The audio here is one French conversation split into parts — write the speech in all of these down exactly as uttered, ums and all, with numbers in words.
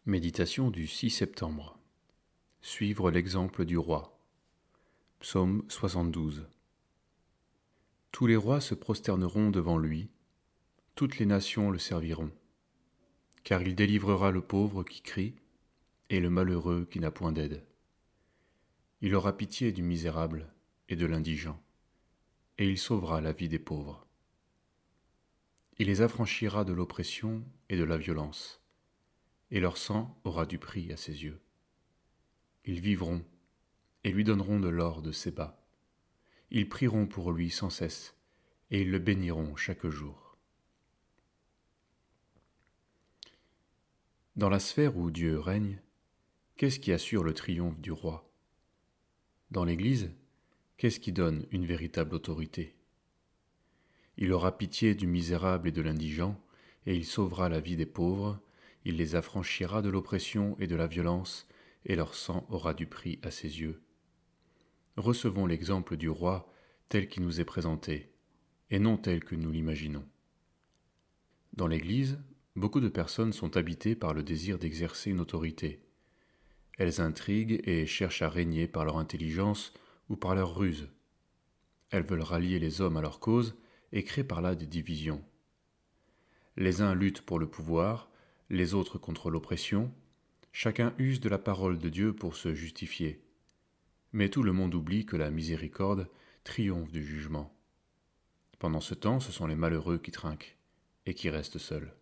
Méditation du six septembre. Suivre l'exemple du roi. Psaume soixante-douze. Tous les rois se prosterneront devant lui, toutes les nations le serviront. Car il délivrera le pauvre qui crie et le malheureux qui n'a point d'aide. Il aura pitié du misérable et de l'indigent, et il sauvera la vie des pauvres. Il les affranchira de l'oppression et de la violence, et leur sang aura du prix à ses yeux. Ils vivront et lui donneront de l'or de Séba. Ils prieront pour lui sans cesse, et ils le béniront chaque jour. Dans la sphère où Dieu règne, qu'est-ce qui assure le triomphe du roi? Dans l'Église, qu'est-ce qui donne une véritable autorité? Il aura pitié du misérable et de l'indigent, et il sauvera la vie des pauvres, il les affranchira de l'oppression et de la violence, et leur sang aura du prix à ses yeux. Recevons l'exemple du roi tel qu'il nous est présenté, et non tel que nous l'imaginons. Dans l'Église, beaucoup de personnes sont habitées par le désir d'exercer une autorité. Elles intriguent et cherchent à régner par leur intelligence ou par leur ruse. Elles veulent rallier les hommes à leur cause et créent par là des divisions. Les uns luttent pour le pouvoir, les autres contre l'oppression. Chacun use de la parole de Dieu pour se justifier. Mais tout le monde oublie que la miséricorde triomphe du jugement. Pendant ce temps, ce sont les malheureux qui trinquent et qui restent seuls.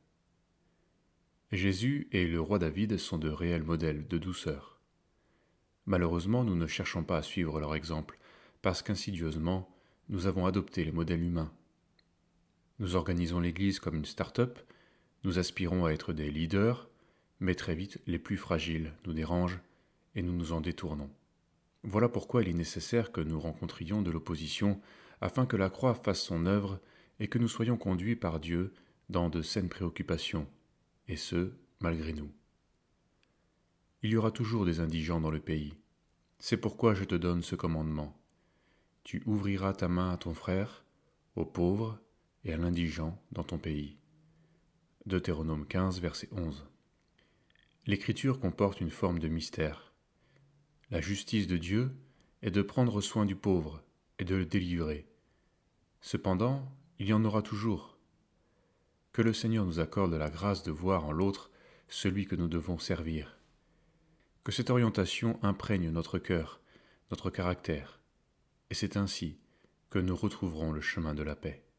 Jésus et le roi David sont de réels modèles de douceur. Malheureusement, nous ne cherchons pas à suivre leur exemple, parce qu'insidieusement, nous avons adopté les modèles humains. Nous organisons l'Église comme une start-up, nous aspirons à être des leaders, mais très vite, les plus fragiles nous dérangent et nous nous en détournons. Voilà pourquoi il est nécessaire que nous rencontrions de l'opposition afin que la croix fasse son œuvre et que nous soyons conduits par Dieu dans de saines préoccupations, et ce, malgré nous. Il y aura toujours des indigents dans le pays. C'est pourquoi je te donne ce commandement. Tu ouvriras ta main à ton frère, au pauvre et à l'indigent dans ton pays. Deutéronome quinze, verset onze. L'Écriture comporte une forme de mystère. La justice de Dieu est de prendre soin du pauvre et de le délivrer. Cependant, il y en aura toujours. Que le Seigneur nous accorde la grâce de voir en l'autre celui que nous devons servir. Que cette orientation imprègne notre cœur, notre caractère, et c'est ainsi que nous retrouverons le chemin de la paix.